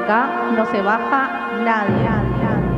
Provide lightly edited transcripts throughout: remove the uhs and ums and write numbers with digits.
acá no se baja nadie.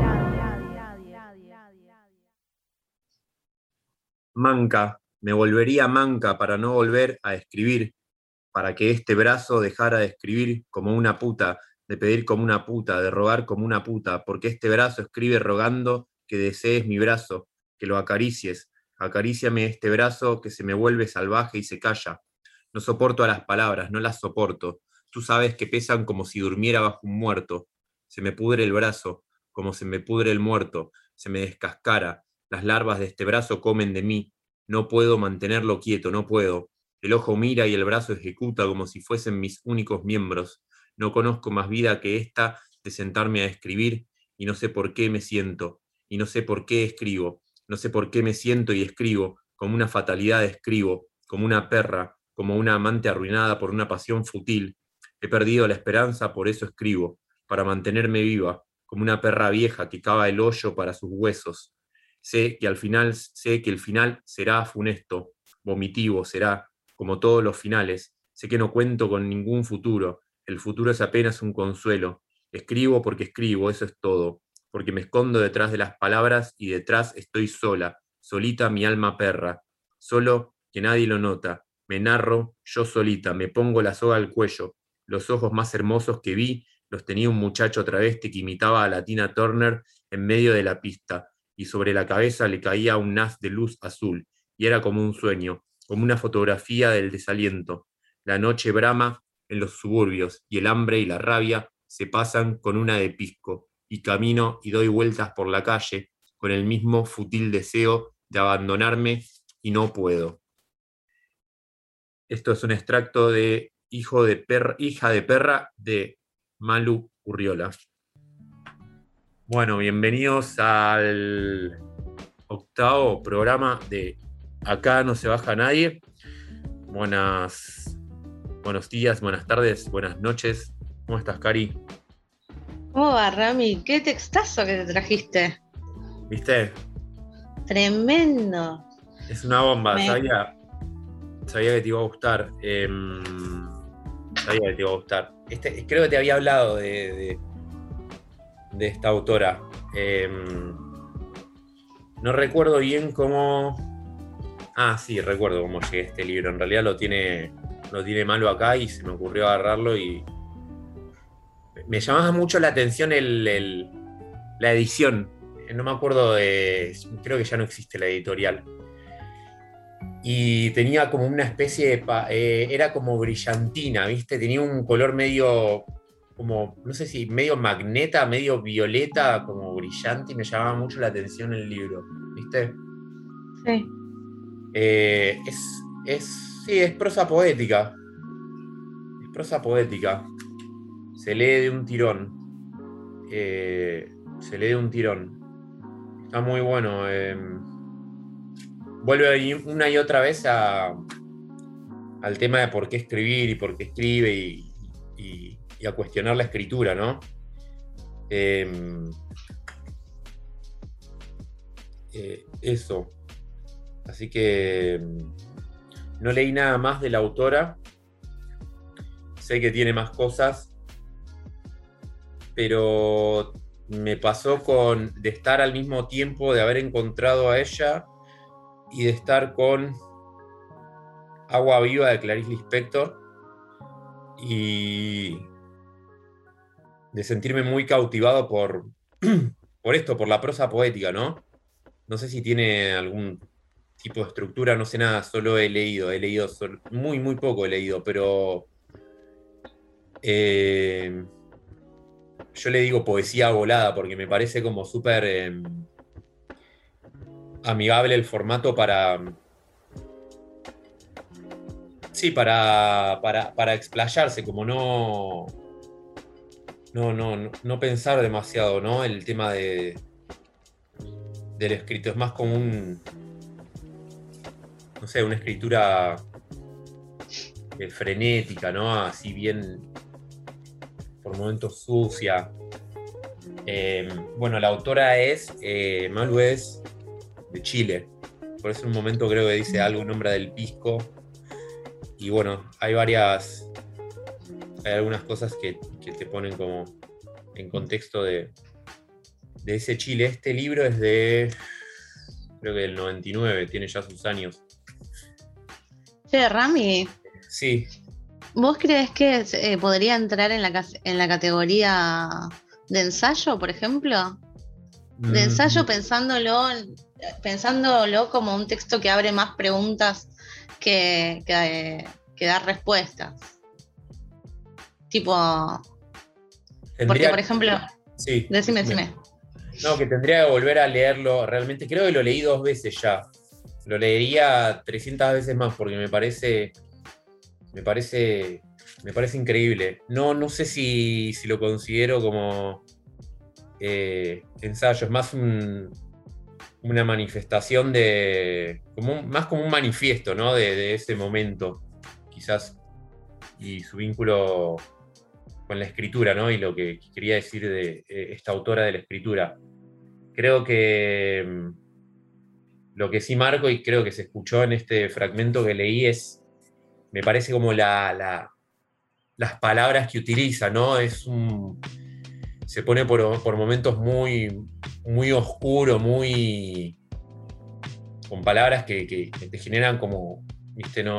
Manca, me volvería manca para no volver a escribir, para que este brazo dejara de escribir como una puta, de pedir como una puta, de rogar como una puta, porque este brazo escribe rogando que desees mi brazo, que lo acaricies, acaríciame este brazo que se me vuelve salvaje y se calla. No soporto a las palabras, no las soporto. Tú sabes que pesan como si durmiera bajo un muerto. Se me pudre el brazo, como se me pudre el muerto, se me descascara. Las larvas de este brazo comen de mí. No puedo mantenerlo quieto, no puedo. El ojo mira y el brazo ejecuta como si fuesen mis únicos miembros. No conozco más vida que esta de sentarme a escribir y no sé por qué me siento, y no sé por qué escribo, no sé por qué me siento y escribo, como una fatalidad escribo, como una perra, como una amante arruinada por una pasión fútil. He perdido la esperanza, por eso escribo, para mantenerme viva, como una perra vieja que cava el hoyo para sus huesos. Sé que el final será funesto, vomitivo será, como todos los finales. Sé que no cuento con ningún futuro. El futuro es apenas un consuelo. Escribo porque escribo, eso es todo. Porque me escondo detrás de las palabras y detrás estoy sola, solita mi alma perra. Solo que nadie lo nota. Me narro yo solita, me pongo la soga al cuello. Los ojos más hermosos que vi los tenía un muchacho travesti que imitaba a la Tina Turner en medio de la pista, y sobre la cabeza le caía un haz de luz azul, y era como un sueño, como una fotografía del desaliento. La noche brama en los suburbios, y el hambre y la rabia se pasan con una de pisco, y camino y doy vueltas por la calle con el mismo fútil deseo de abandonarme y no puedo. Esto es un extracto de Hija de perra de Malu Urriola. Bueno, bienvenidos al octavo programa de Acá no se baja nadie. Buenos días, buenas tardes, buenas noches. ¿Cómo estás, Cari? ¿Cómo va, Rami? ¿Qué textazo que te trajiste? ¿Viste? Tremendo. Es una bomba, Me... sabía que te iba a gustar. Sabía que te iba a gustar. Creo que te había hablado de esta autora. No recuerdo bien cómo. Ah, sí, recuerdo cómo llegué a este libro. En realidad lo tiene Malo acá y se me ocurrió agarrarlo y. Me llamaba mucho la atención la edición. No me acuerdo de. Creo que ya no existe la editorial. Y tenía como una especie de. Era como brillantina, ¿viste? Tenía un color medio. Como, no sé si medio magneta, medio violeta, como brillante, y me llamaba mucho la atención el libro, ¿viste? Sí. Eh, es, sí, es prosa poética. Es prosa poética. Se lee de un tirón. Se lee de un tirón. Está muy bueno. Vuelve una y otra vez al tema de por qué escribir y por qué escribe y a cuestionar la escritura, ¿no? Eso. Así que no leí nada más de la autora. Sé que tiene más cosas, pero me pasó de estar al mismo tiempo, de haber encontrado a ella y de estar con Agua Viva de Clarice Lispector y de sentirme muy cautivado por esto, por la prosa poética, ¿no? No sé si tiene algún tipo de estructura, no sé nada, solo muy, muy poco he leído, pero yo le digo poesía volada porque me parece como súper amigable el formato sí, para explayarse, como no pensar demasiado, ¿no? El tema del escrito es más como no sé, una escritura frenética, ¿no? Así bien, por momentos sucia. Bueno, la autora es Malu es de Chile. Por eso en un momento creo que dice algo, nombra del pisco. Y bueno, hay algunas cosas que te ponen como en contexto de ese Chile. Este libro es de, creo que del 99, tiene ya sus años. Che, Rami, Sí. ¿vos crees que podría entrar en la categoría de ensayo, por ejemplo? De ensayo pensándolo como un texto que abre más preguntas que dar respuestas. Tipo, porque por ejemplo, Sí, decime. No, que tendría que volver a leerlo. Realmente creo que lo leí 2 veces ya. Lo leería 300 veces más porque me parece increíble. No sé si lo considero como ensayo, es más una manifestación más como un manifiesto, ¿no? de ese momento, quizás, y su vínculo con la escritura, ¿no? Y lo que quería decir de esta autora de la escritura. Creo que lo que sí marco, y creo que se escuchó en este fragmento que leí, me parece como las palabras que utiliza, ¿no? Se pone por momentos muy, muy oscuro, con palabras que te generan como, viste, no,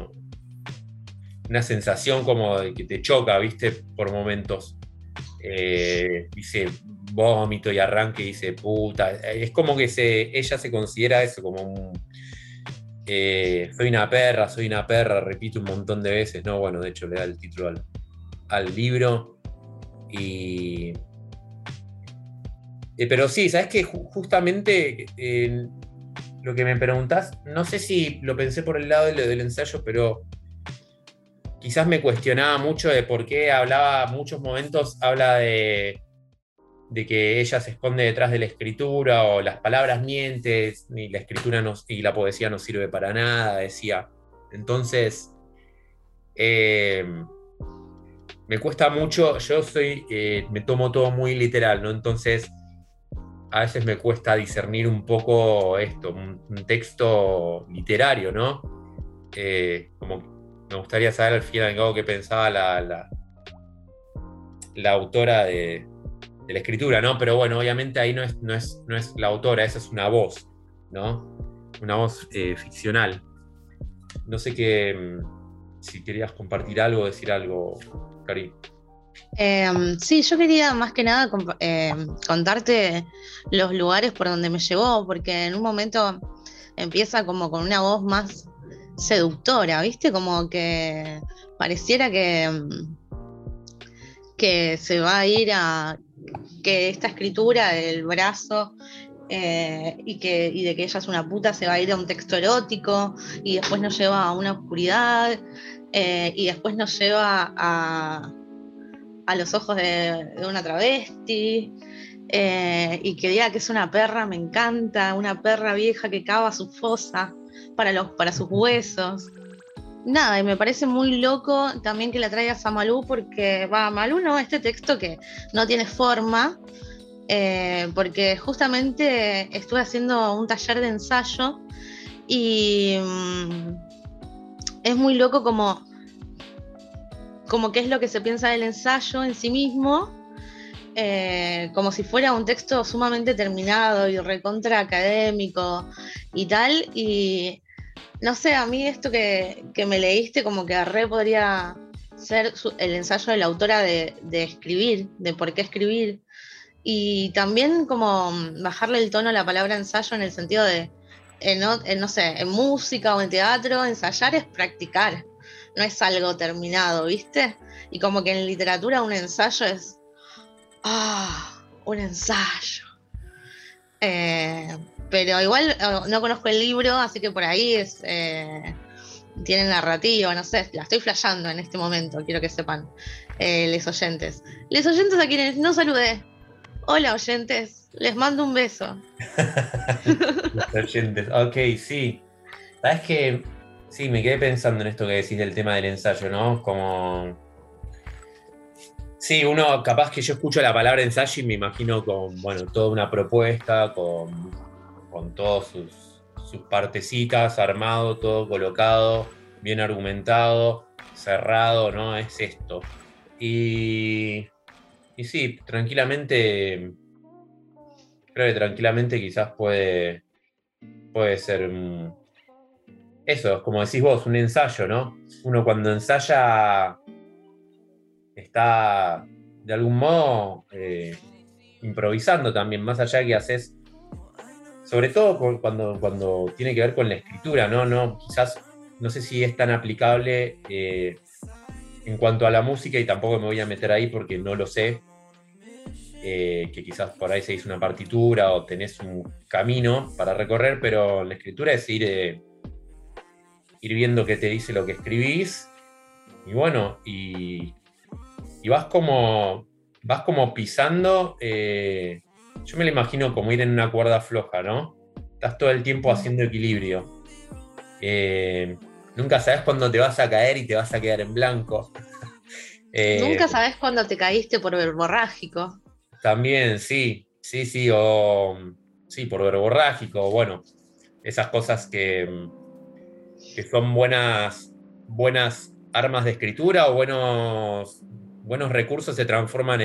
una sensación como de que te choca, viste, por momentos. Dice vómito y arranque y dice puta. Es como que ella se considera eso como soy una perra, repite un montón de veces, ¿no? Bueno, de hecho le da el título al libro. Pero sí, ¿sabes qué? Justamente lo que me preguntás, no sé si lo pensé por el lado del ensayo, pero quizás me cuestionaba mucho de por qué muchos momentos habla de que ella se esconde detrás de la escritura o las palabras mienten y la escritura y la poesía no sirve para nada, decía. Entonces, me cuesta mucho, me tomo todo muy literal, ¿no? Entonces, a veces me cuesta discernir un poco esto, un texto literario, ¿no? Como me gustaría saber al fin y al cabo qué pensaba la autora de la escritura, ¿no? Pero bueno, obviamente ahí no es la autora, esa es una voz, ¿no? Una voz ficcional. No sé si querías compartir algo, decir algo, Cari. Sí, yo quería más que nada contarte los lugares por donde me llevó, porque en un momento empieza como con una voz más seductora, ¿viste? Como que pareciera que se va a ir que esta escritura del brazo y de que ella es una puta se va a ir a un texto erótico y después nos lleva a una oscuridad y después nos lleva a los ojos de una travesti y que diga que es una perra, me encanta, una perra vieja que cava su fosa para sus huesos. Nada, y me parece muy loco también que la traigas a Malú porque, Malú no, este texto que no tiene forma, porque justamente estuve haciendo un taller de ensayo y es muy loco como qué es lo que se piensa del ensayo en sí mismo, como si fuera un texto sumamente terminado y recontra académico y tal, y no sé, a mí esto que me leíste como que podría ser el ensayo de la autora de escribir, de por qué escribir, y también como bajarle el tono a la palabra ensayo en el sentido de, no sé, en música o en teatro, ensayar es practicar, no es algo terminado, ¿viste? Y como que en literatura un ensayo es, un ensayo. Pero igual no conozco el libro, así que por ahí tiene narrativa, no sé, la estoy flasheando en este momento, quiero que sepan les oyentes. Les oyentes a quienes no saludé. Hola oyentes, les mando un beso. Los oyentes, ok, sí. ¿Sabes qué? Sí, me quedé pensando en esto que decís del tema del ensayo, ¿no? Sí, uno, capaz que yo escucho la palabra ensayo y me imagino con, bueno, toda una propuesta, con todas sus partecitas, armado, todo colocado, bien argumentado, cerrado, ¿no? Es esto. Y Y sí, tranquilamente, creo que tranquilamente quizás puede ser eso, como decís vos, un ensayo, ¿no? Uno cuando ensaya está de algún modo improvisando también, más allá de que haces, sobre todo cuando tiene que ver con la escritura, ¿no? No, quizás, no sé si es tan aplicable en cuanto a la música y tampoco me voy a meter ahí porque no lo sé, que quizás por ahí se hizo una partitura o tenés un camino para recorrer, pero la escritura es ir viendo qué te dice lo que escribís y bueno, y vas como pisando, yo me lo imagino como ir en una cuerda floja, ¿no? Estás todo el tiempo haciendo equilibrio. Nunca sabes cuándo te vas a caer y te vas a quedar en blanco. Nunca sabes cuándo te caíste por verborrágico. También, sí, sí, sí, o sí, por verborrágico, bueno, esas cosas que son buenas armas de escritura o buenos recursos se transforman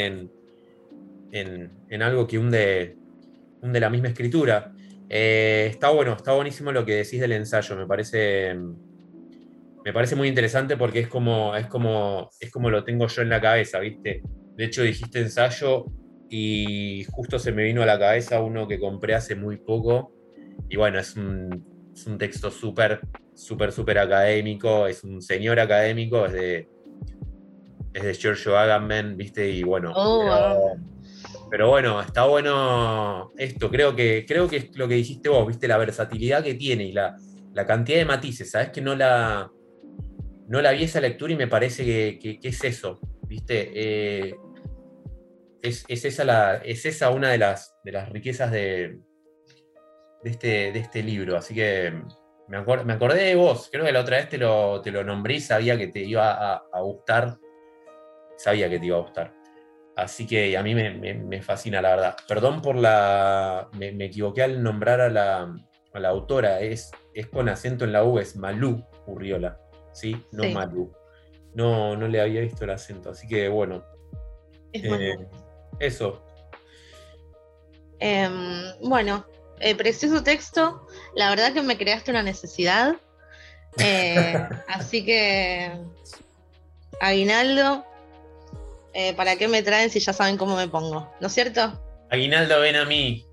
en algo que hunde la misma escritura. Está bueno, está buenísimo lo que decís del ensayo, me parece muy interesante porque es como lo tengo yo en la cabeza, ¿viste? De hecho, dijiste ensayo y justo se me vino a la cabeza uno que compré hace muy poco. Y bueno, es un texto súper, súper, súper académico, es un señor académico, es de Giorgio Agamben, ¿viste? Y bueno, pero bueno, está bueno esto, creo que es lo que dijiste vos, ¿viste? La versatilidad que tiene y la cantidad de matices, ¿sabes? Que no la vi esa lectura y me parece que es eso, ¿viste? Es esa una de las riquezas de este libro, así que me acordé de vos, creo que la otra vez te lo nombré y sabía que te iba a gustar, sabía que te iba a gustar. Así que a mí me fascina, la verdad. Perdón me equivoqué al nombrar a la autora, es con acento en la U, es Malú Urriola, ¿sí? No Sí. Malú. No le había visto el acento, así que bueno. Es Malú. Eso. Bueno, precioso texto. La verdad que me creaste una necesidad. Así que, Aguinaldo, ¿para qué me traen si ya saben cómo me pongo? ¿No es cierto? Aguinaldo, ven a mí.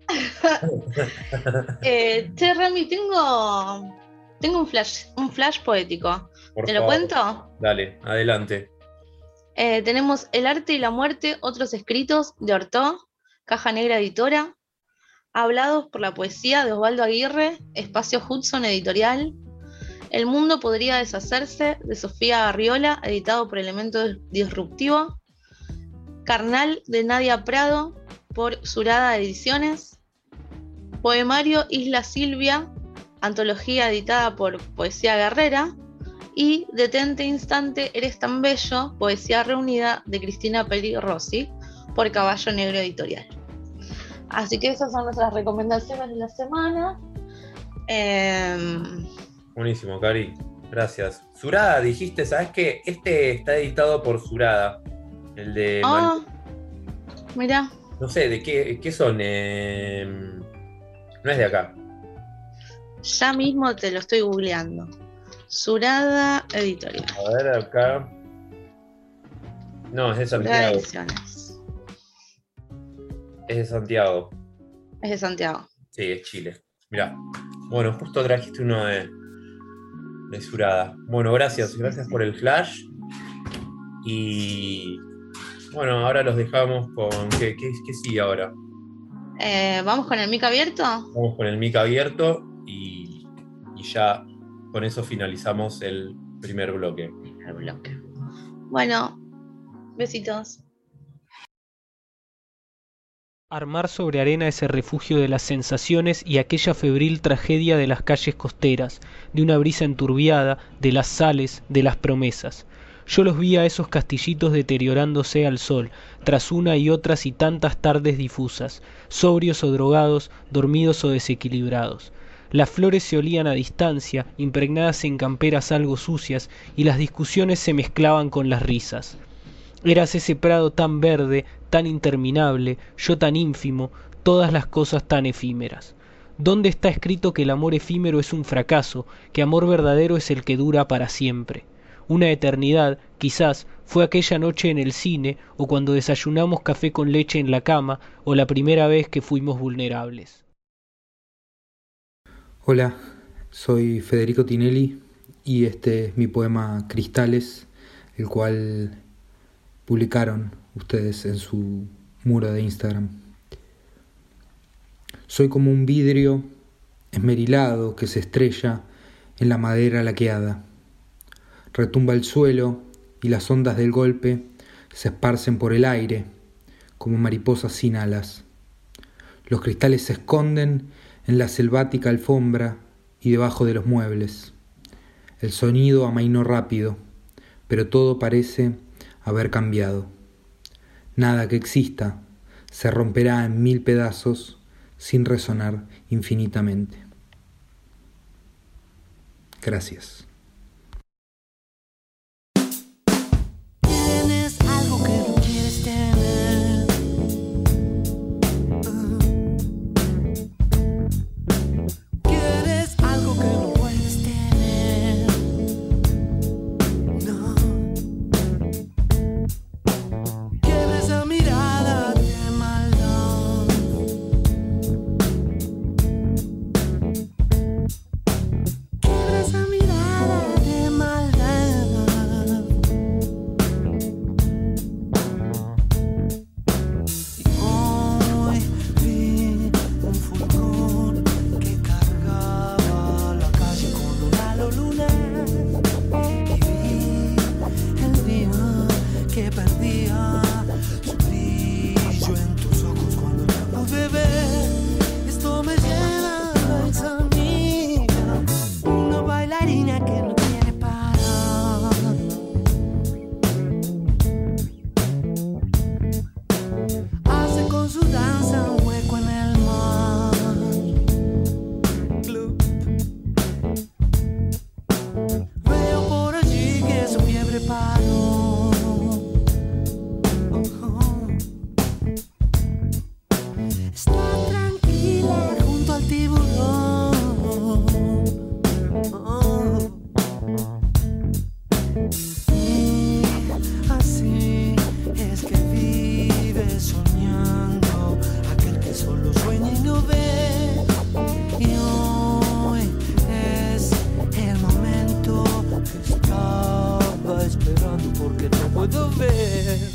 Che, Rami, tengo un flash poético. Por ¿Te lo favor. cuento? Dale, adelante. Tenemos El arte y la muerte, otros escritos de Ortó, Caja Negra Editora, Hablados por la poesía de Osvaldo Aguirre, Espacio Hudson Editorial, El mundo podría deshacerse de Sofía Arriola, editado por Elemento Disruptivo, Carnal de Nadia Prado por Surada Ediciones, Poemario Isla Silvia, antología editada por Poesía Guerrera, y Detente Instante, Eres tan bello, poesía reunida de Cristina Peri Rossi por Caballo Negro Editorial. Así que esas son nuestras recomendaciones de la semana. Buenísimo, Cari. Gracias. Surada, dijiste, ¿sabes qué? Este está editado por Surada. El de Mirá. No sé, ¿de qué son? No es de acá. Ya mismo te lo estoy googleando. Surada Editorial. A ver, acá. No, es de Surada Santiago. Ediciones. Es de Santiago. Es de Santiago. Sí, es Chile. Mirá. Bueno, justo trajiste uno de Surada. Bueno, gracias por el flash. Y bueno, ahora los dejamos con. ¿Qué sigue ahora? ¿Vamos con el mic abierto? Vamos con el mic abierto y ya con eso finalizamos el primer bloque. Bueno, besitos. Armar sobre arena es el refugio de las sensaciones y aquella febril tragedia de las calles costeras, de una brisa enturbiada, de las sales, de las promesas. Yo los vi a esos castillitos deteriorándose al sol, tras una y otras y tantas tardes difusas, sobrios o drogados, dormidos o desequilibrados. Las flores se olían a distancia, impregnadas en camperas algo sucias, y las discusiones se mezclaban con las risas. Eras ese prado tan verde, tan interminable, yo tan ínfimo, todas las cosas tan efímeras. ¿Dónde está escrito que el amor efímero es un fracaso, que amor verdadero es el que dura para siempre? Una eternidad, quizás, fue aquella noche en el cine, o cuando desayunamos café con leche en la cama, o la primera vez que fuimos vulnerables. Hola, soy Federico Tinelli y este es mi poema Cristales, el cual publicaron ustedes en su muro de Instagram. Soy como un vidrio esmerilado que se estrella en la madera laqueada. Retumba el suelo y las ondas del golpe se esparcen por el aire como mariposas sin alas. Los cristales se esconden en la selvática alfombra y debajo de los muebles. El sonido amainó rápido, pero todo parece haber cambiado. Nada que exista se romperá en 1000 pedazos sin resonar infinitamente. Gracias. Tienes algo que no quieres tener. Quieres algo que no puedes tener. No. Quiebra esa mirada de maldad. Quiebra esa mirada de maldad. Y hoy vi un fulgor que cargaba la calle con un halo lunar. Y vi el día que perdía su brillo en tus ojos cuando te pude ver. Esto me llena de insomnio, una bailarina que no tiene parar. Hace con su danza un hueco en el mar. Club. Veo por allí que su fiebre paró. Está tranquila junto al tiburón. Y así es que vive soñando aquel que solo sueña y no ve. Y hoy es el momento que estaba esperando porque no puedo ver.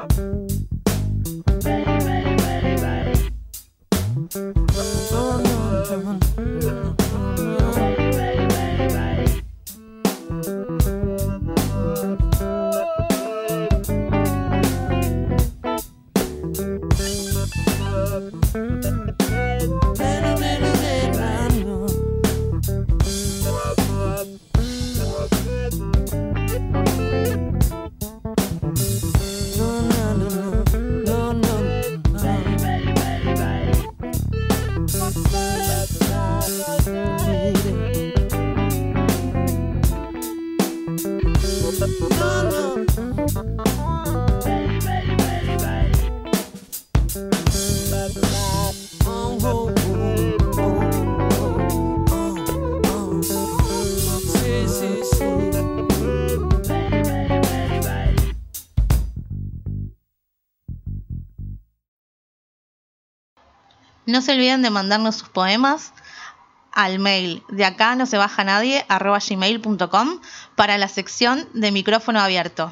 No se olviden de mandarnos sus poemas al mail de acá no se baja nadie @gmail.com para la sección de micrófono abierto.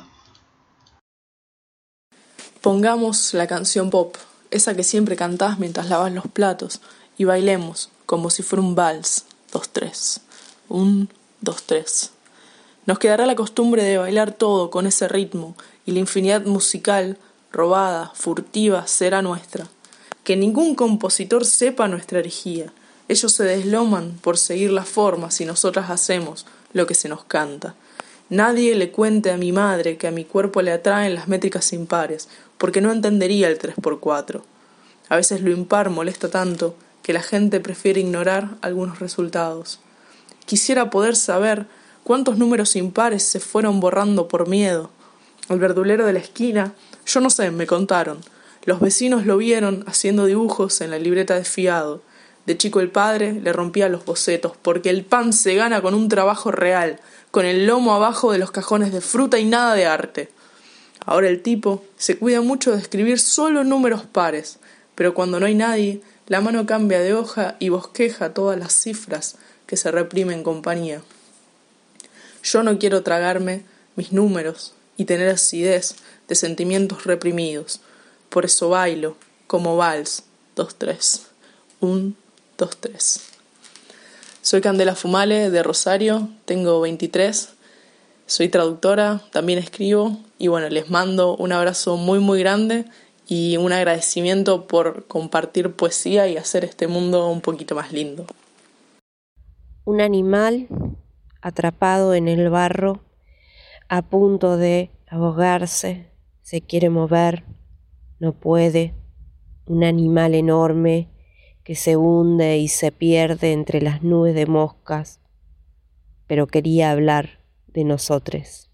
Pongamos la canción pop, esa que siempre cantás mientras lavas los platos, y bailemos como si fuera un vals. 2-3. 1, 2, 3. Nos quedará la costumbre de bailar todo con ese ritmo, y la infinidad musical, robada, furtiva, será nuestra. Que ningún compositor sepa nuestra herejía. Ellos se desloman por seguir las formas y nosotras hacemos lo que se nos canta. Nadie le cuente a mi madre que a mi cuerpo le atraen las métricas impares, porque no entendería el 3×4. A veces lo impar molesta tanto que la gente prefiere ignorar algunos resultados. Quisiera poder saber cuántos números impares se fueron borrando por miedo. El verdulero de la esquina, yo no sé, me contaron. Los vecinos lo vieron haciendo dibujos en la libreta de fiado. De chico el padre le rompía los bocetos, porque el pan se gana con un trabajo real, con el lomo abajo de los cajones de fruta y nada de arte. Ahora el tipo se cuida mucho de escribir solo números pares, pero cuando no hay nadie, la mano cambia de hoja y bosqueja todas las cifras que se reprimen en compañía. Yo no quiero tragarme mis números y tener acidez de sentimientos reprimidos. Por eso bailo, como vals, 2-3. 1, 2, 3. Soy Candela Fumale, de Rosario, tengo 23. Soy traductora, también escribo. Y bueno, les mando un abrazo muy muy grande y un agradecimiento por compartir poesía y hacer este mundo un poquito más lindo. Un animal atrapado en el barro, a punto de ahogarse, se quiere mover, no puede. Un animal enorme que se hunde y se pierde entre las nubes de moscas, pero quería hablar de nosotros.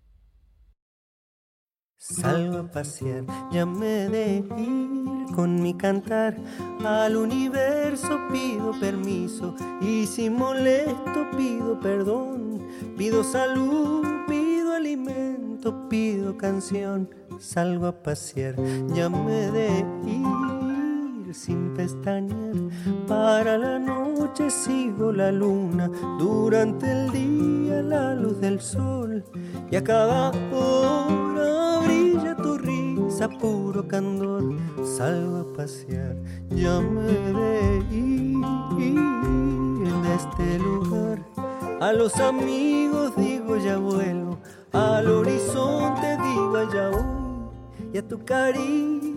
Salgo a pasear, ya me de ir con mi cantar. Al universo pido permiso y si molesto pido perdón. Pido salud, pido alimento, pido canción. Salgo a pasear, ya me de ir sin pestañear. Para la noche sigo la luna, durante el día la luz del sol. Y a cada hora brilla tu risa, puro candor. Salgo a pasear, ya me de ir de este lugar. A los amigos digo ya vuelvo, al horizonte digo allá voy. Y a tu cariño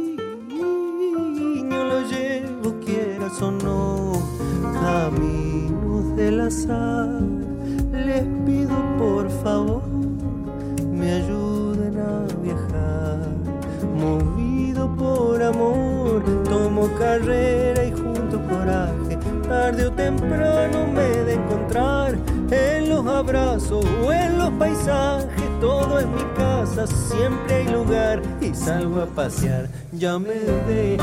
lo llevo, quieras o no. Caminos del azar, les pido por favor me ayuden a viajar. Movido por amor, tomo carrera y junto coraje. Tarde o temprano me he de encontrar en los abrazos o en los paisajes. Todo es mi casa, siempre hay lugar y salgo a pasear. Ya me de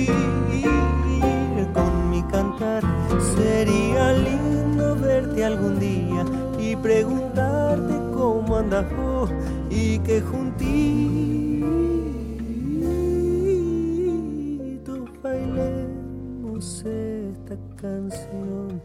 ir con mi cantar. Sería lindo verte algún día y preguntarte cómo andas vos y que juntitos bailemos esta canción.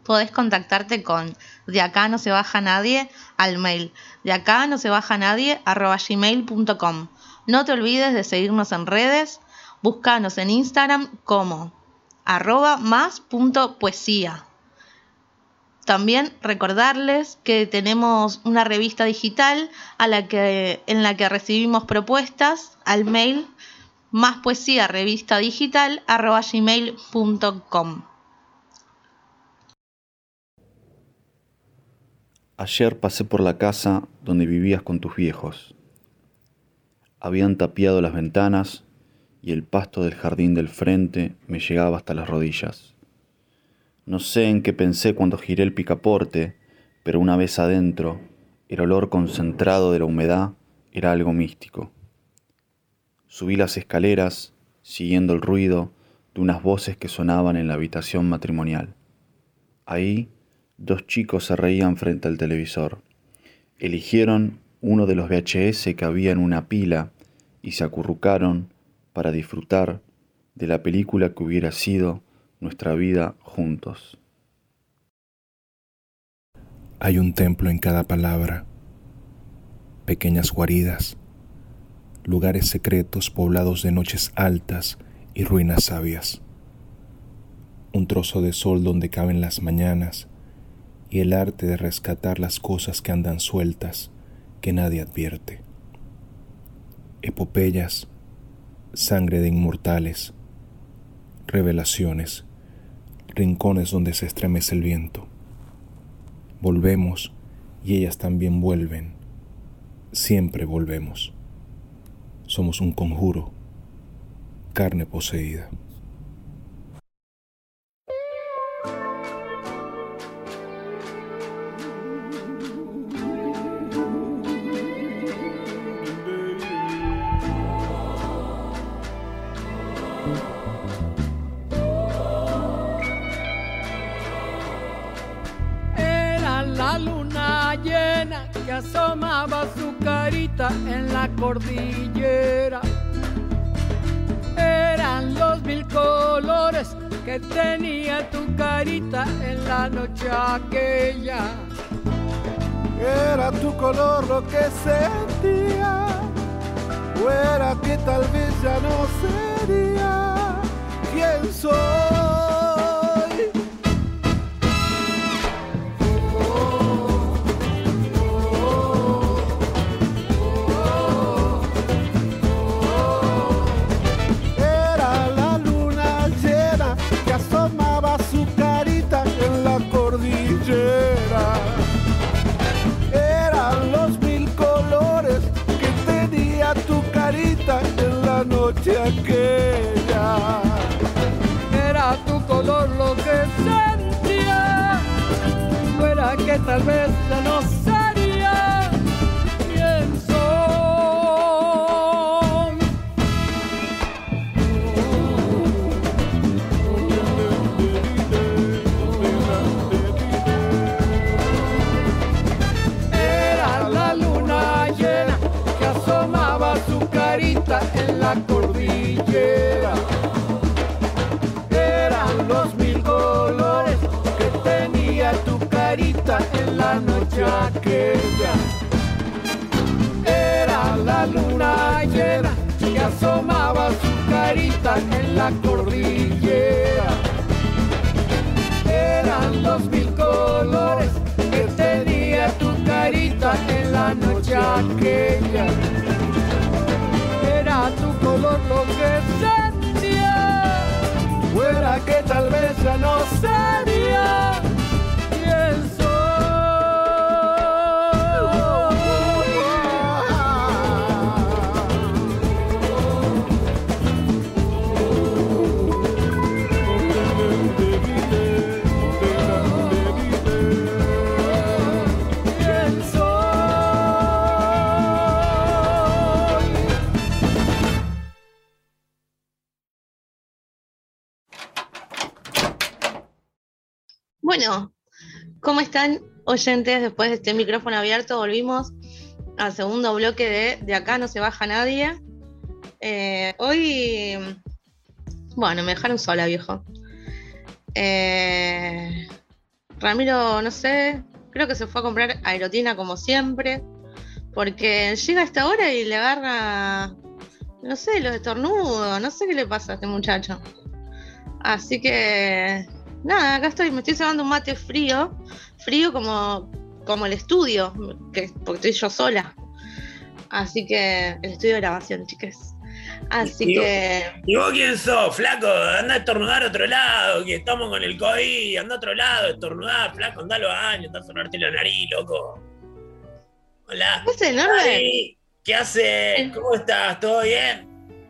podés contactarte con De Acá No Se Baja Nadie al mail deacanose@gmail.com. No te olvides de seguirnos en redes, búscanos en Instagram como @más.poesía. También recordarles que tenemos una revista digital en la que recibimos propuestas al mail máspoesiarevistadigital@gmail.com. Ayer pasé por la casa donde vivías con tus viejos. Habían tapiado las ventanas y el pasto del jardín del frente me llegaba hasta las rodillas. No sé en qué pensé cuando giré el picaporte, pero una vez adentro, el olor concentrado de la humedad era algo místico. Subí las escaleras, siguiendo el ruido de unas voces que sonaban en la habitación matrimonial. Ahí, 2 chicos se reían frente al televisor. Eligieron uno de los VHS que había en una pila y se acurrucaron para disfrutar de la película que hubiera sido nuestra vida juntos. Hay un templo en cada palabra, pequeñas guaridas, lugares secretos poblados de noches altas y ruinas sabias. Un trozo de sol donde caben las mañanas y el arte de rescatar las cosas que andan sueltas, que nadie advierte. Epopeyas, sangre de inmortales, revelaciones, rincones donde se estremece el viento. Volvemos y ellas también vuelven. Siempre volvemos. Somos un conjuro, carne poseída. Era la luna llena que asomaba su carita en la cordillera. Eran los 1000 colores que tenía tu carita en la noche aquella. Era tu color lo que sentía, o era que tal vez ya no sería quien soy. Era la luna llena que asomaba su carita en la cordillera. Eran los 1000 colores que tenía tu carita en la noche aquella. Era tu color lo que sentía, fuera que tal vez ya no sería quien soy. Era la luna llena que asomaba su carita en la cordillera. Eran los 1000 colores que tenía tu carita en la noche aquella. Era la luna llena que asomaba su carita en la cordillera. Eran los 1000 colores que tenía tu carita en la noche aquella. Era tu color lo que sentía, fuera que tal vez ya no sería quien soy. ¿Quién soy? Bueno, ¿cómo están, oyentes? Después de este micrófono abierto volvimos al segundo bloque de Acá No Se Baja Nadie. Hoy, bueno, me dejaron sola, viejo. Ramiro, no sé, creo que se fue a comprar aerotina como siempre, porque llega a esta hora y le agarra, no sé, los estornudos, no sé qué le pasa a este muchacho. Así que, nada, acá estoy, me estoy cebando un mate frío como el estudio, porque estoy yo sola. Así que, el estudio de grabación, chicas. Así que... ¿Y vos quién sos, flaco? Anda a estornudar a otro lado, que estamos con el COVID, anda a otro lado, estornudar, flaco, anda a los años, anda a sonarte la nariz, loco. Hola. ¿Qué haces, Norbert? Ay, ¿qué haces? ¿Cómo estás? ¿Todo bien?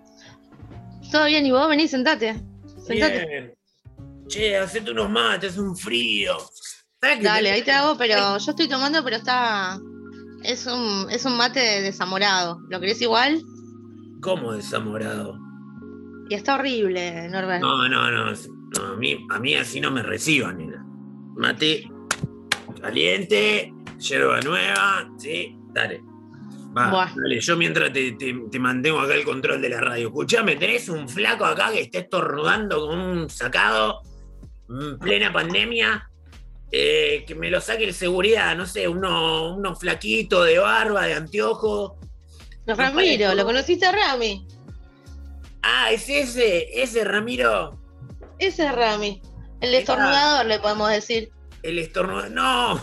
Todo bien, y vos vení, sentate. Sentate. Bien. Che, hacete unos mates, hace un frío. Dale, ahí te hago, pero yo estoy tomando, pero está... Es un mate desamorado. ¿Lo querés igual? ¿Cómo desamorado? Y está horrible, Norbert. No, a mí así no me reciban, nena. Mate caliente, yerba nueva, sí, dale. Va, Buah. dale, yo mientras te mantengo acá el control de la radio. Escuchame, tenés un flaco acá que esté estornudando con un sacado en plena pandemia. Que me lo saque el seguridad, no sé, uno flaquito de barba, de anteojo. Ramiro, ¿lo conociste a Rami? Ah, es ese Ramiro. Ese es Rami. El estornudador, le podemos decir. El estornudador. No,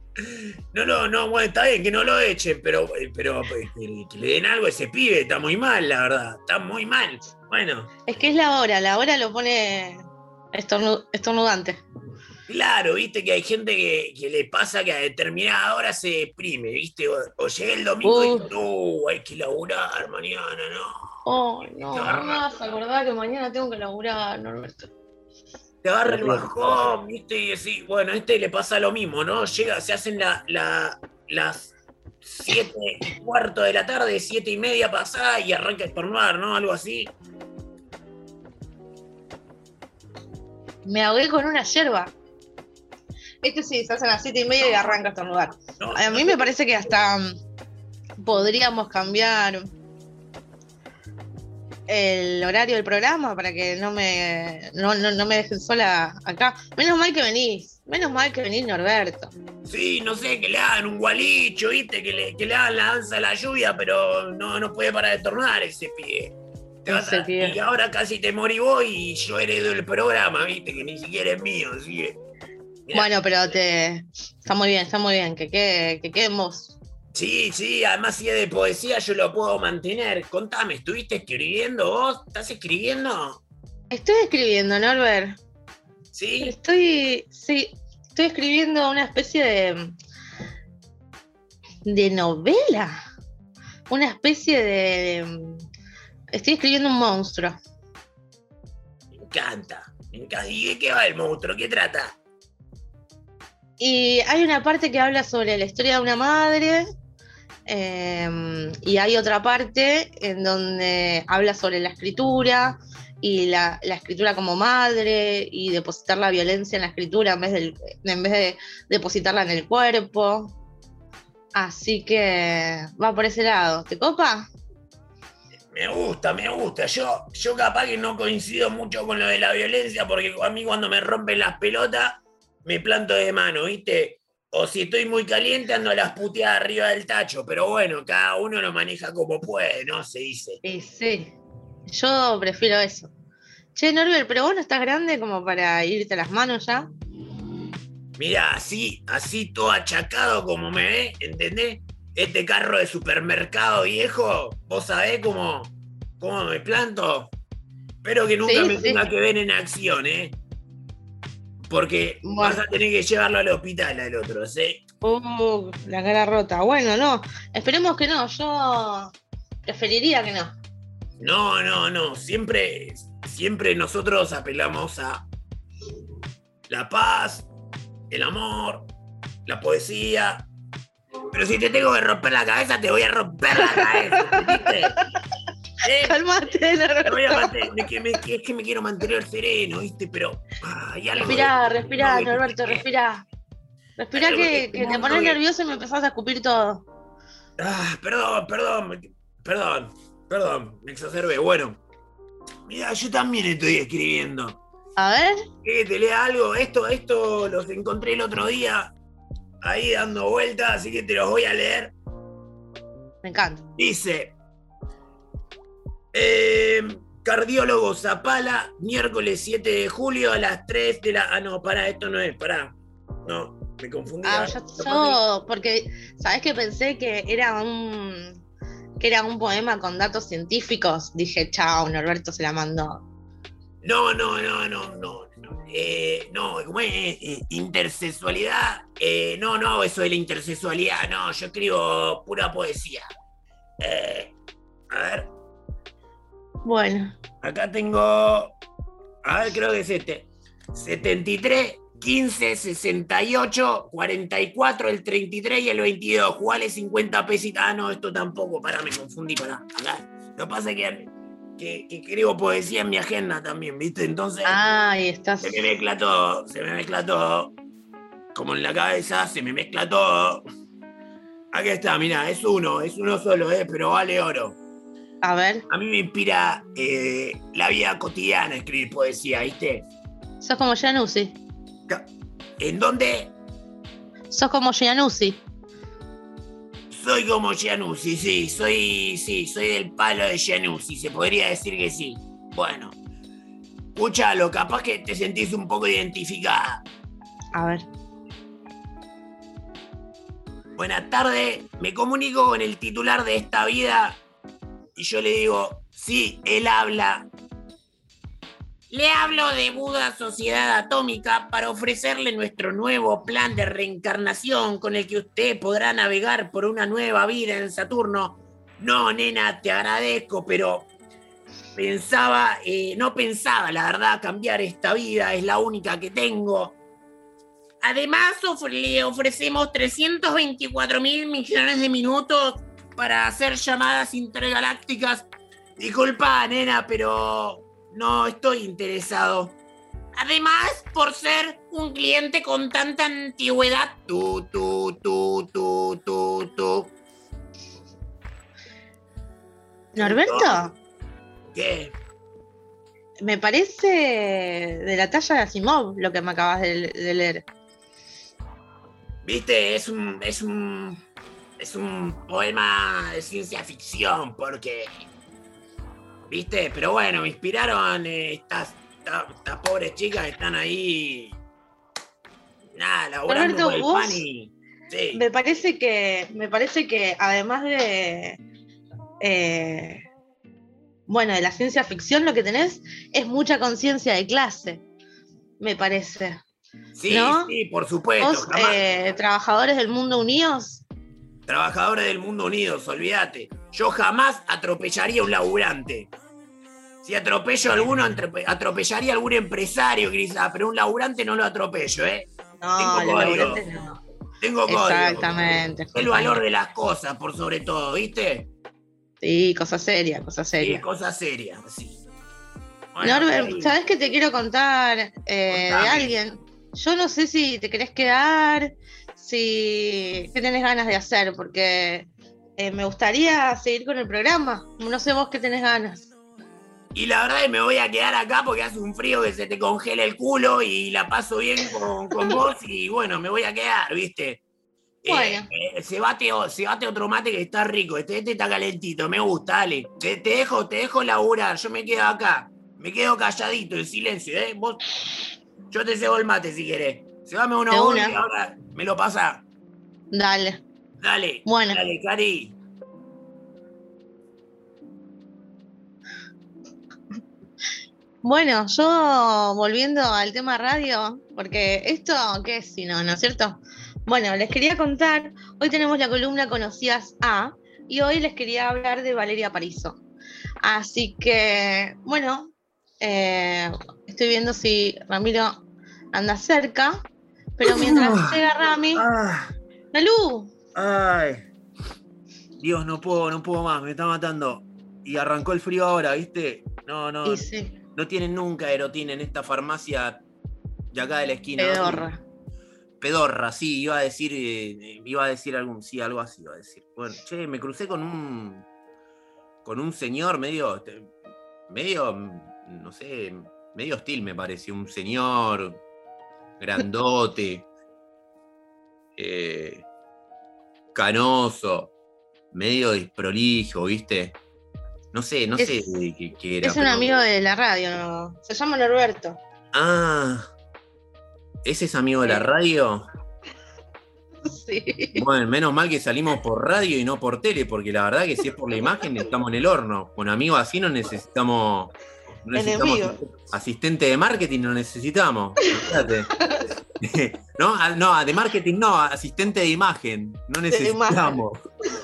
bueno, está bien que no lo echen, pero que le den algo a ese pibe, está muy mal, la verdad. Está muy mal. Bueno. Es que es la hora lo pone estornudante. Claro, viste que hay gente que le pasa que a determinada hora se deprime, viste, o llega el domingo y dice, hay que laburar mañana, ¿no? Oh, no, más acordar que mañana tengo que laburar, Norberto. Te agarra el bajón, viste, y decís, bueno, a este le pasa lo mismo, ¿no? Llega, se hacen las 7:15 de la tarde, 7:30 pasada y arranca a estornudar, ¿no? Algo así. Me ahogué con una yerba. Este sí, se hacen a las 7:30 y arranca a estornudar. A mí me parece que hasta podríamos cambiar el horario del programa para que no me dejen sola acá. Menos mal que venís, Norberto. Sí, no sé, que le hagan un gualicho, viste, que le hagan la danza de la lluvia, pero no puede parar de estornudar ese pibe. Y ahora casi te morí vos y yo heredo el programa, viste, que ni siquiera es mío, así que... Mirá. Bueno, pero está muy bien, que quedemos. Sí, además si es de poesía yo lo puedo mantener. Contame, ¿estuviste escribiendo vos? ¿Estás escribiendo? Estoy escribiendo, Norbert. ¿Sí? Estoy escribiendo una especie de novela. Una especie de... Estoy escribiendo un monstruo. Me encanta. ¿Y de qué va el monstruo? ¿Qué trata? Y hay una parte que habla sobre la historia de una madre, y hay otra parte en donde habla sobre la escritura y la escritura como madre y depositar la violencia en la escritura en vez de depositarla en el cuerpo. Así que va por ese lado. ¿Te copa? Me gusta. Yo capaz que no coincido mucho con lo de la violencia porque a mí cuando me rompen las pelotas me planto de mano, ¿viste? O si estoy muy caliente ando a las puteadas arriba del tacho, pero bueno, cada uno lo maneja como puede, ¿no? Se dice. Sí, yo prefiero eso. Che, Norbert, pero vos no estás grande como para irte a las manos ya. Mirá, así todo achacado como me ve, ¿entendés? Este carro de supermercado viejo, ¿vos sabés cómo me planto? Espero que nunca me tenga que ver en acción, ¿eh? Porque vas a tener que llevarlo al hospital al otro, ¿sí? La cara rota. Bueno, no, esperemos que no, yo preferiría que no. No, siempre nosotros apelamos a la paz, el amor, la poesía. Pero si te tengo que romper la cabeza, te voy a romper la cabeza, ¿viste? Calmate, es que me quiero mantener sereno, ¿viste? Pero hay algo. Respirá, Norberto, respirá. Respirá que te pones nervioso y me empezás a escupir todo. Perdón, me exacerbé. Bueno, mira, yo también estoy escribiendo. A ver. Te lea algo. Esto los encontré el otro día ahí dando vueltas, así que te los voy a leer. Me encanta. Dice, cardiólogo Zapala, miércoles 7 de julio a las 3 de la... Ah, no, pará, esto no es, pará. No, me confundí. Yo, porque, ¿sabés que pensé que era un poema con datos científicos? Dije, chao, Norberto se la mandó. No, ¿cómo es? Intersexualidad. No, eso de la intersexualidad. No, yo escribo pura poesía. A ver. Bueno. Acá tengo. A ver, creo que es este. 73, 15, 68, 44, el 33 y el 22. Jugale 50 pesitas. Ah, no, esto tampoco. Pará, me confundí, pará. Acá. Lo que pasa es que escribo poesía en mi agenda también, ¿viste? Entonces. Ahí estás. Se me mezcla todo. Como en la cabeza, se me mezcla todo. Aquí está, mirá, es uno solo, pero vale oro. A ver. A mí me inspira la vida cotidiana escribir poesía, ¿viste? Sos como Giannuzzi. ¿En dónde? Sos como Giannuzzi. Soy como Giannuzzi, sí, soy del palo de Giannuzzi, se podría decir que sí. Bueno, escúchalo, capaz que te sentís un poco identificada. A ver. Buenas tardes, me comunico con el titular de esta vida y yo le digo, sí, él habla. Le hablo de Buda Sociedad Atómica para ofrecerle nuestro nuevo plan de reencarnación con el que usted podrá navegar por una nueva vida en Saturno. No, nena, te agradezco, pero no pensaba, la verdad, cambiar esta vida, es la única que tengo. Además, le ofrecemos 324.000 millones de minutos para hacer llamadas intergalácticas. Disculpa, nena, pero no estoy interesado. Además, por ser un cliente con tanta antigüedad. ¿Norberto? ¿Qué? Me parece de la talla de Asimov lo que me acabas de leer. Viste, es un poema de ciencia ficción, porque... ¿Viste? Pero bueno, me inspiraron estas pobres chicas que están ahí... Nada, laburando Norberto, por el vos, pan y... Sí. Me parece que además de... de la ciencia ficción, lo que tenés es mucha conciencia de clase, me parece. Sí, ¿no? sí, por supuesto. ¿Vos, trabajadores del mundo unidos? Trabajadores del mundo unidos, olvídate. Yo jamás atropellaría a un laburante. Si atropello a alguno, atropellaría a algún empresario, quizás, pero un laburante no lo atropello, ¿eh? No, los laburantes no. Tengo código. Exactamente. El valor de las cosas, por sobre todo, ¿viste? Sí, cosa seria, cosa seria. Sí, cosa seria, sí. Bueno, Norbert, ¿sabés qué te quiero contar de alguien? Yo no sé si te querés quedar, qué tenés ganas de hacer, porque me gustaría seguir con el programa. No sé vos qué tenés ganas. Y la verdad es que me voy a quedar acá porque hace un frío que se te congela el culo y la paso bien con vos y bueno, me voy a quedar, ¿viste? Bueno. Se bate otro mate que está rico, este está calentito, me gusta, dale. Te dejo laburar, yo me quedo acá. Me quedo calladito, en silencio, ¿eh? Vos, yo te cebo el mate si querés. Cebame uno y ahora me lo pasás. Dale. Bueno. Dale, Cari. Bueno, yo volviendo al tema radio, porque esto, ¿qué es si no, no es cierto? Bueno, les quería contar, hoy tenemos la columna Conocidas A, y hoy les quería hablar de Valeria Parizo. Así que, bueno, estoy viendo si Ramiro anda cerca, pero mientras llega Rami... ¡Salud! Ay, Dios, no puedo más, me está matando. Y arrancó el frío ahora, ¿viste? No. Y sí. No tienen nunca Erotín en esta farmacia de acá de la esquina. Pedorra, sí, iba a decir algo así iba a decir. Bueno, che, me crucé con un señor medio, no sé, medio hostil me pareció, un señor grandote, canoso, medio desprolijo, ¿viste? No sé qué era. Es un amigo de la radio, ¿no? Se llama Norberto. Ah, ¿ese es amigo de la radio? Sí. Bueno, menos mal que salimos por radio y no por tele, porque la verdad que si es por la imagen estamos en el horno. Con amigos así no necesitamos asistente de marketing, no necesitamos. Fíjate. No, de marketing no, asistente de imagen. No necesitamos.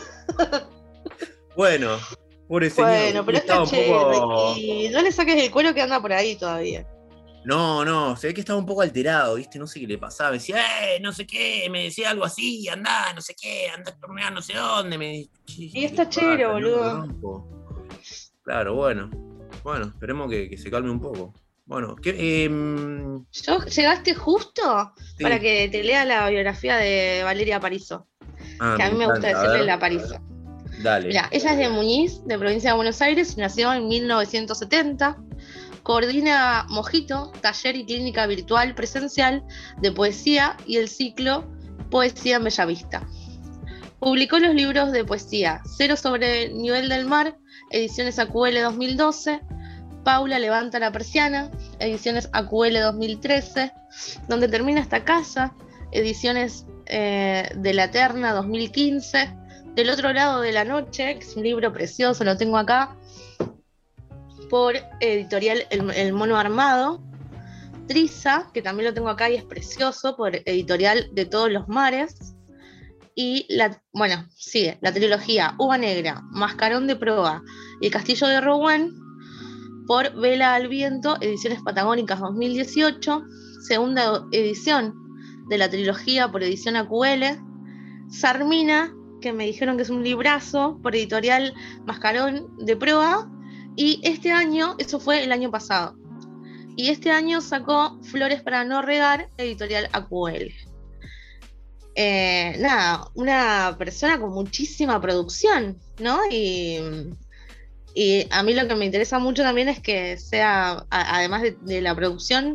Bueno, pobre señor. Bueno, pero está chévere. Y no le saques el cuero que anda por ahí todavía. No, se ve que estaba un poco alterado, ¿viste? No sé qué le pasaba. Me decía, no sé qué, me decía algo así, andá, no sé qué, andá a tornear no sé dónde. Y está chévere, boludo. Claro, bueno, esperemos que se calme un poco. Bueno, ¿Llegaste justo para que te lea la biografía de Valeria Aparicio? Que a mí me gusta decirle la Aparicio. Dale. Mirá, ella es de Muñiz, de provincia de Buenos Aires, y nació en 1970. Coordina Mojito, taller y clínica virtual presencial de poesía y el ciclo Poesía en Bellavista. Publicó los libros de poesía Cero sobre el nivel del mar, ediciones AQL 2012, Paula levanta la persiana, ediciones AQL 2013, Donde termina esta casa, ediciones de la Eterna 2015, Del otro lado de la noche, que es un libro precioso, lo tengo acá, por editorial El Mono Armado, Triza, que también lo tengo acá y es precioso, por editorial De Todos los Mares, y sigue la trilogía Uva Negra, Mascarón de Proa y El Castillo de Rowan, por Vela al Viento, Ediciones Patagónicas 2018, segunda edición de la trilogía por edición AQL, Sarmina, que me dijeron que es un librazo, por editorial Mascarón de Proa. Y este año, eso fue el año pasado, y este año sacó Flores para no regar, editorial AQL. Una persona con muchísima producción, ¿no? Y a mí lo que me interesa mucho también es que sea, además de la producción,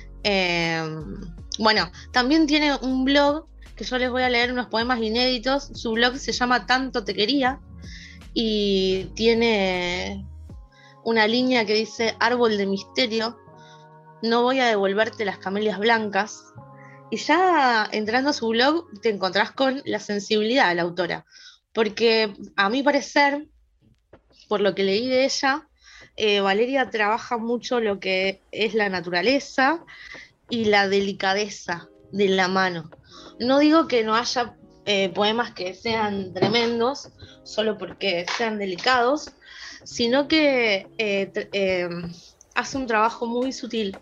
también tiene un blog que yo les voy a leer unos poemas inéditos. Su blog se llama Tanto te quería y tiene una línea que dice: árbol de misterio, no voy a devolverte las camelias blancas. Y ya entrando a su blog te encontrás con la sensibilidad de la autora, porque a mi parecer, por lo que leí de ella, Valeria trabaja mucho lo que es la naturaleza y la delicadeza de la mano. No digo que no haya poemas que sean tremendos solo porque sean delicados, sino que hace un trabajo muy sutil,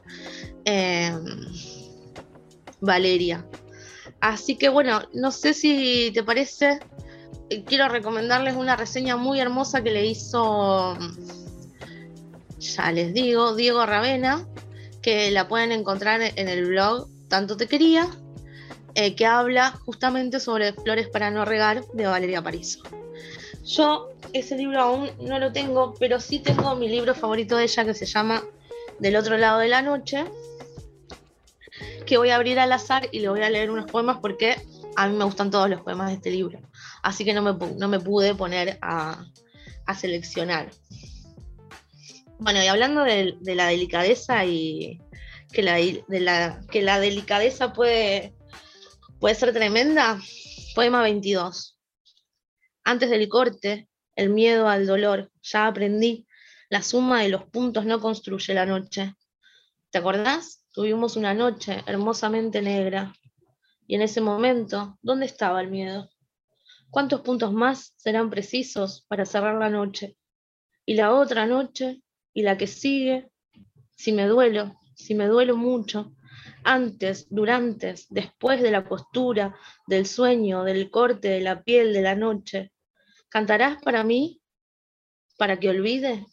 Valeria. Así que bueno, no sé si te parece, quiero recomendarles una reseña muy hermosa que le hizo, ya les digo, Diego Ravena, que la pueden encontrar en el blog Tanto te quería, que habla justamente sobre Flores para no regar, de Valeria Aparicio. Yo ese libro aún no lo tengo, pero sí tengo mi libro favorito de ella, que se llama Del otro lado de la noche, que voy a abrir al azar y le voy a leer unos poemas porque a mí me gustan todos los poemas de este libro, así que no me pude poner a seleccionar. Bueno, y hablando de la delicadeza y que la delicadeza puede ser tremenda, poema 22. Antes del corte, el miedo al dolor, ya aprendí, la suma de los puntos no construye la noche. ¿Te acordás? Tuvimos una noche hermosamente negra, y en ese momento, ¿dónde estaba el miedo? ¿Cuántos puntos más serán precisos para cerrar la noche? Y la otra noche, y la que sigue, si me duelo mucho, antes, durante, después de la costura, del sueño, del corte de la piel de la noche, ¿cantarás para mí? ¿Para que olvide?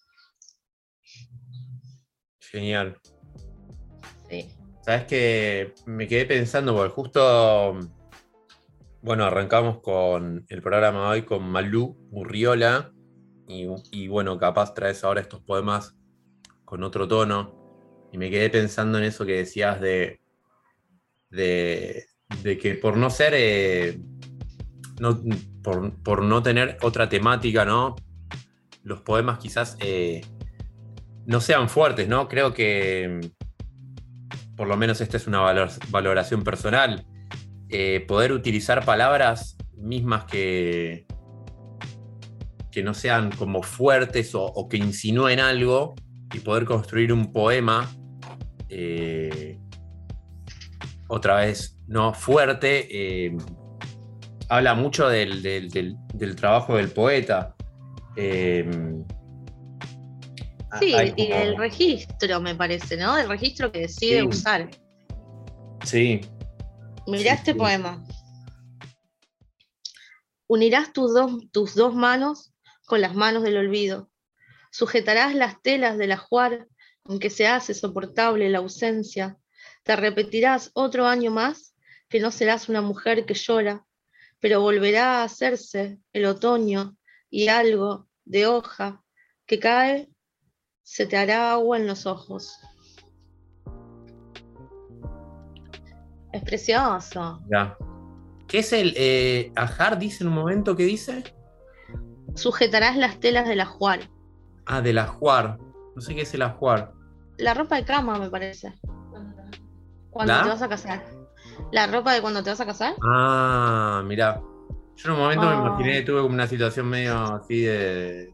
Genial. Sí. Sabes que me quedé pensando, porque justo, arrancamos con el programa hoy con Malú Urriola, y bueno, capaz traes ahora estos poemas con otro tono. Y me quedé pensando en eso que decías de que por no ser, por no tener otra temática, ¿no? Los poemas quizás no sean fuertes, ¿no? Creo que, por lo menos esta es una valoración personal, poder utilizar palabras mismas que no sean como fuertes o que insinúen algo y poder construir un poema otra vez no fuerte, habla mucho del trabajo del poeta. Sí, hay y como- el registro, me parece, ¿no? El registro que decide Sí. usar. Sí, Mirá Sí, este sí. poema. Unirás tus dos manos con las manos del olvido. Sujetarás las telas del ajuar, aunque se hace soportable la ausencia. Te repetirás otro año más que no serás una mujer que llora, pero volverá a hacerse el otoño y algo de hoja que cae se te hará agua en los ojos. Es precioso. ya. ¿Qué es Ajar dice en un momento que dice? Sujetarás las telas del ajuar. Ah, del ajuar. No sé qué es el ajuar. La ropa de cama, me parece. Cuando ¿La? te vas a casar. La ropa de cuando te vas a casar. Ah, mirá. Yo en un momento me Ah. imaginé, tuve como una situación medio así de.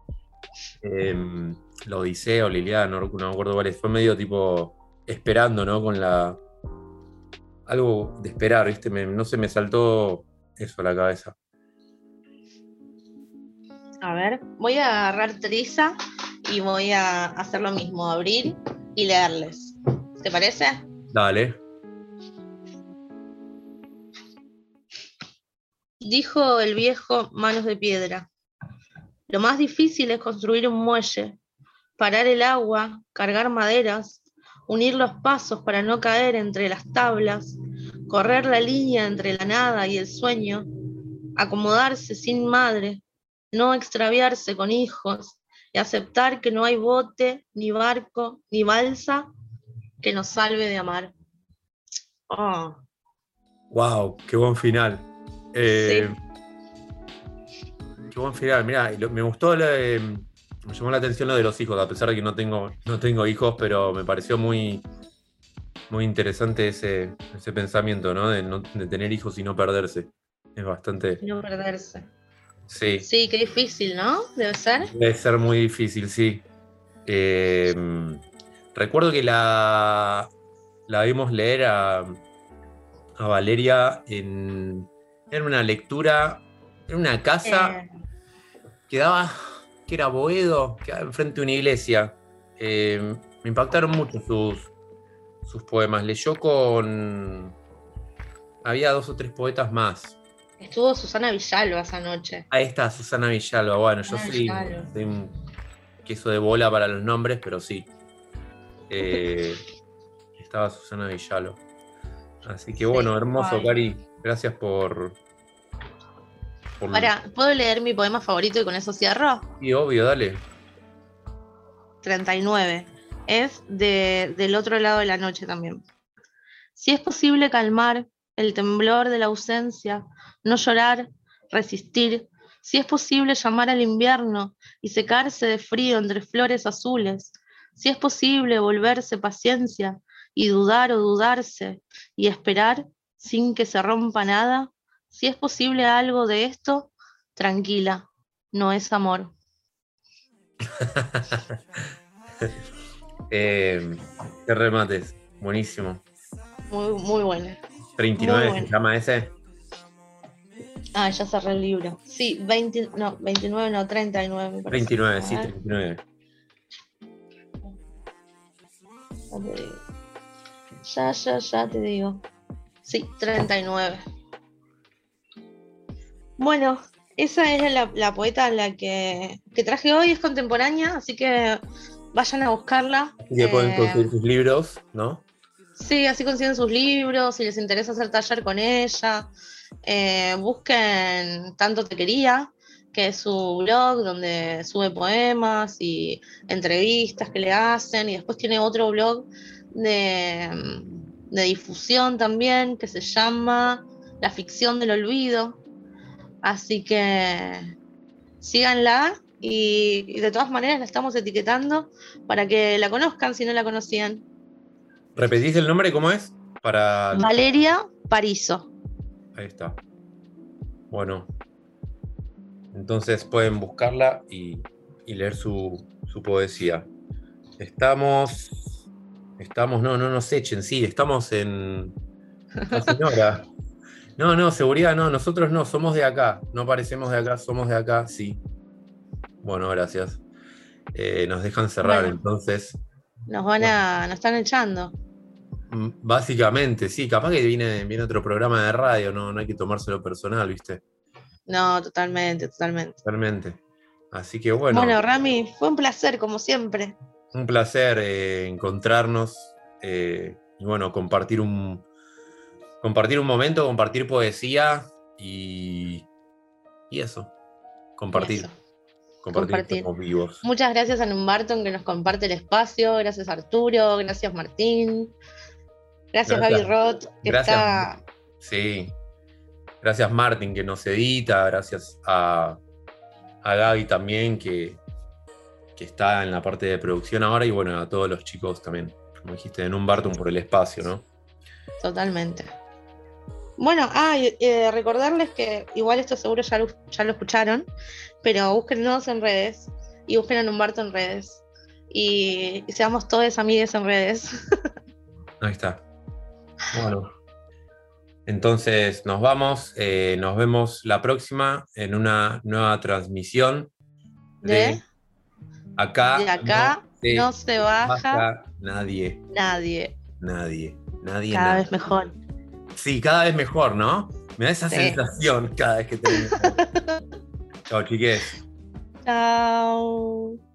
La Odisea o la Ilíada, no me acuerdo cuál es. Fue medio tipo esperando, ¿no? Con la. Algo de esperar, ¿viste? No se me saltó eso a la cabeza. A ver, voy a agarrar Triza y voy a hacer lo mismo, abrir y leerles. ¿Te parece? Dale. Dijo el viejo Manos de Piedra. Lo más difícil es construir un muelle, parar el agua, cargar maderas, unir los pasos para no caer entre las tablas, correr la línea entre la nada y el sueño, acomodarse sin madre, no extraviarse con hijos y aceptar que no hay bote, ni barco, ni balsa que nos salve de amar. Oh, Wow, qué buen final. sí. Qué buen final. Mirá, me gustó, me llamó la atención lo de los hijos, a pesar de que no tengo hijos, pero me pareció muy, muy interesante ese pensamiento, ¿no? De tener hijos y no perderse. Es bastante. Y no perderse. Sí. Sí, qué difícil, ¿no? Debe ser. Debe ser muy difícil, sí. Recuerdo que la vimos leer a Valeria en una lectura en una casa que era Boedo, que daba enfrente de una iglesia. Me impactaron mucho sus poemas. Leyó había 2 o 3 poetas más. Estuvo Susana Villalba esa noche. Ahí está, Susana Villalba. Bueno, yo soy un queso de bola para los nombres, pero sí. Estaba Susana Villalba. Así que bueno, hermoso, Ay. Cari. Gracias por Ahora, ¿puedo leer mi poema favorito y con eso cierro? Sí, obvio, dale. 39. Es del otro lado de la noche también. Si es posible calmar el temblor de la ausencia, no llorar, resistir, si es posible llamar al invierno y secarse de frío entre flores azules, si es posible volverse paciencia y dudar o dudarse y esperar sin que se rompa nada, si es posible algo de esto, tranquila, no es amor. Qué remates, buenísimo. Muy, muy buena. 39 Muy se bueno. llama ese. Ah, ya cerré el libro. Sí, 29 no, 39 me parece. 39, A sí, ver, 39. ya te digo. Ya te digo. Sí, 39. Bueno, esa es la poeta la que traje hoy, es contemporánea, así que vayan a buscarla. Y que pueden conseguir sus libros, ¿no? Sí, así consiguen sus libros, si les interesa hacer taller con ella. Busquen Tanto te quería que es su blog donde sube poemas y entrevistas que le hacen, y después tiene otro blog de difusión también que se llama La Ficción del Olvido. Así que síganla y de todas maneras la estamos etiquetando para que la conozcan si no la conocían. ¿Repetís el nombre? ¿Cómo es? Valeria Parizo. Ahí está. Bueno, entonces pueden buscarla y leer su poesía. No nos echen, sí, estamos en... La señora. No, seguridad no, nosotros no, somos de acá, no parecemos de acá, somos de acá, sí. Bueno, gracias. Nos dejan cerrar, Bueno, entonces. nos están echando. Básicamente, sí, capaz que viene otro programa de radio, no hay que tomárselo personal, ¿viste? No, totalmente. Totalmente. Así que bueno. Bueno, Rami, fue un placer, como siempre. Un placer encontrarnos y bueno, compartir un momento, compartir poesía y eso. Compartir. Compartir. Estamos vivos. Muchas gracias a Numbarton que nos comparte el espacio, gracias a Arturo, gracias Martín, gracias Gaby Roth, que está... Sí. Gracias Martín que nos edita, gracias a Gaby también que está en la parte de producción ahora, y bueno, a todos los chicos también, como dijiste, de Numbarton por el espacio, ¿no? Totalmente. Bueno, recordarles que igual esto seguro ya lo escucharon, pero búsquennos en redes y busquen a Numbarton en redes y seamos todos amigues en redes. Ahí está. Bueno, entonces nos vamos, nos vemos la próxima en una nueva transmisión de Acá, no se baja nadie. Cada vez mejor. Sí, cada vez mejor, ¿no? Me da esa sensación cada vez que termino. Chao, chiques. Chao.